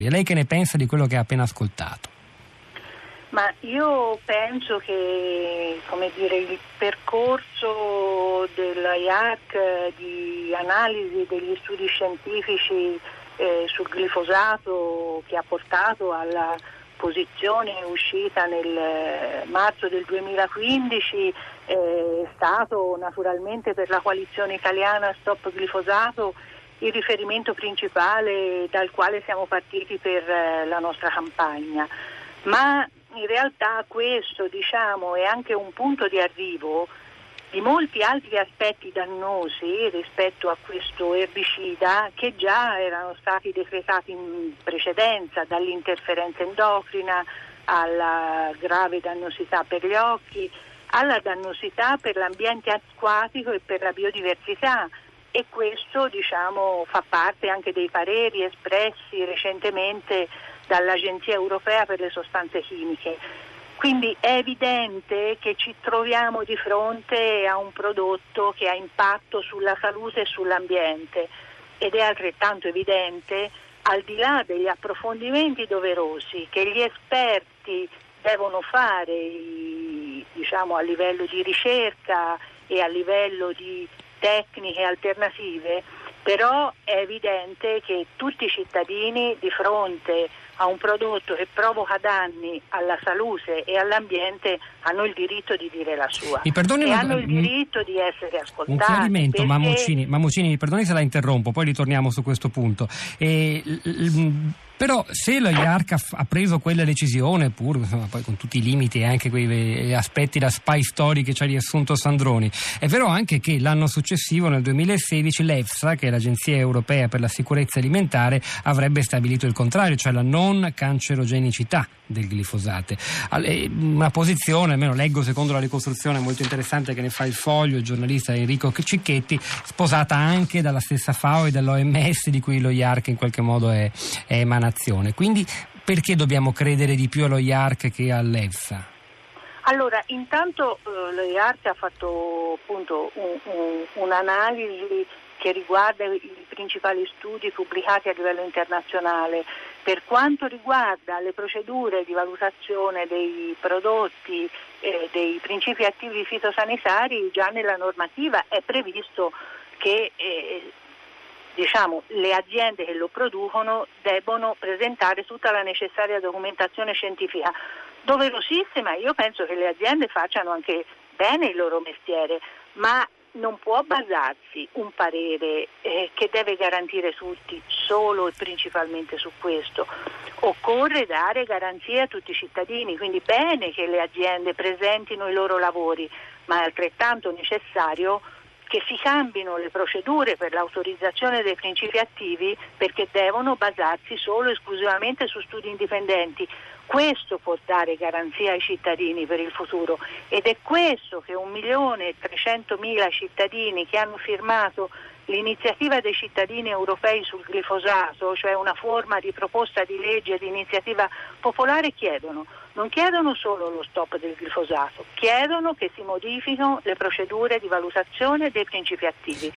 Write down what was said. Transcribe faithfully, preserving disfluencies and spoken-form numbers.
E lei che ne pensa di quello che ha appena ascoltato? Ma io penso che, come dire, il percorso della I A R C di analisi degli studi scientifici eh, sul glifosato, che ha portato alla posizione uscita nel marzo del duemilaquindici, è stato naturalmente per la coalizione italiana Stop Glifosato il riferimento principale dal quale siamo partiti per la nostra campagna. Ma in realtà questo, diciamo, è anche un punto di arrivo di molti altri aspetti dannosi rispetto a questo erbicida che già erano stati decretati in precedenza, dall'interferenza endocrina alla grave dannosità per gli occhi, alla dannosità per l'ambiente acquatico e per la biodiversità. E questo, diciamo, fa parte anche dei pareri espressi recentemente dall'Agenzia Europea per le Sostanze Chimiche. Quindi è evidente che ci troviamo di fronte a un prodotto che ha impatto sulla salute e sull'ambiente, ed è altrettanto evidente, al di là degli approfondimenti doverosi che gli esperti devono fare, diciamo, a livello di ricerca e a livello di tecniche alternative, però è evidente che tutti i cittadini di fronte a un prodotto che provoca danni alla salute e all'ambiente hanno il diritto di dire la sua. Mi perdoni, e ma... hanno il diritto di essere ascoltati. Un chiarimento, perché... Mamucini, Mamucini, mi perdoni se la interrompo, poi ritorniamo su questo punto. E, l, l, però se la I A R C ha, ha preso quella decisione, pur insomma, poi con tutti i limiti e anche quei aspetti da spy story che ci ha riassunto Sandroni, è vero anche che l'anno successivo, nel duemilasedici, l'EFSA, che è l'Agenzia Europea per la Sicurezza Alimentare, avrebbe stabilito il contrario, cioè la non cancerogenicità del glifosate. Una posizione, almeno leggo secondo la ricostruzione molto interessante che ne fa il Foglio, il giornalista Enrico Cicchetti, sposata anche dalla stessa FAO e dall'O M S, di cui lo I A R C in qualche modo è, è emanazione. Quindi perché dobbiamo credere di più allo I A R C che all'EFSA? Allora, intanto eh, lo I A R C ha fatto appunto un, un, un'analisi che riguarda i principali studi pubblicati a livello internazionale. Per quanto riguarda le procedure di valutazione dei prodotti, eh, dei principi attivi fitosanitari, già nella normativa è previsto che eh, diciamo, le aziende che lo producono debbono presentare tutta la necessaria documentazione scientifica. Doverosissima, io penso che le aziende facciano anche bene il loro mestiere, ma non può basarsi un parere eh, che deve garantire tutti solo e principalmente su questo. Occorre dare garanzie a tutti i cittadini, quindi bene che le aziende presentino i loro lavori, ma è altrettanto necessario che si cambino le procedure per l'autorizzazione dei principi attivi, perché devono basarsi solo e esclusivamente su studi indipendenti. Questo può dare garanzia ai cittadini per il futuro, ed è questo che un milione e trecentomila cittadini che hanno firmato l'iniziativa dei cittadini europei sul glifosato, cioè una forma di proposta di legge di iniziativa popolare, chiedono. Non chiedono solo lo stop del glifosato, chiedono che si modifichino le procedure di valutazione dei principi attivi.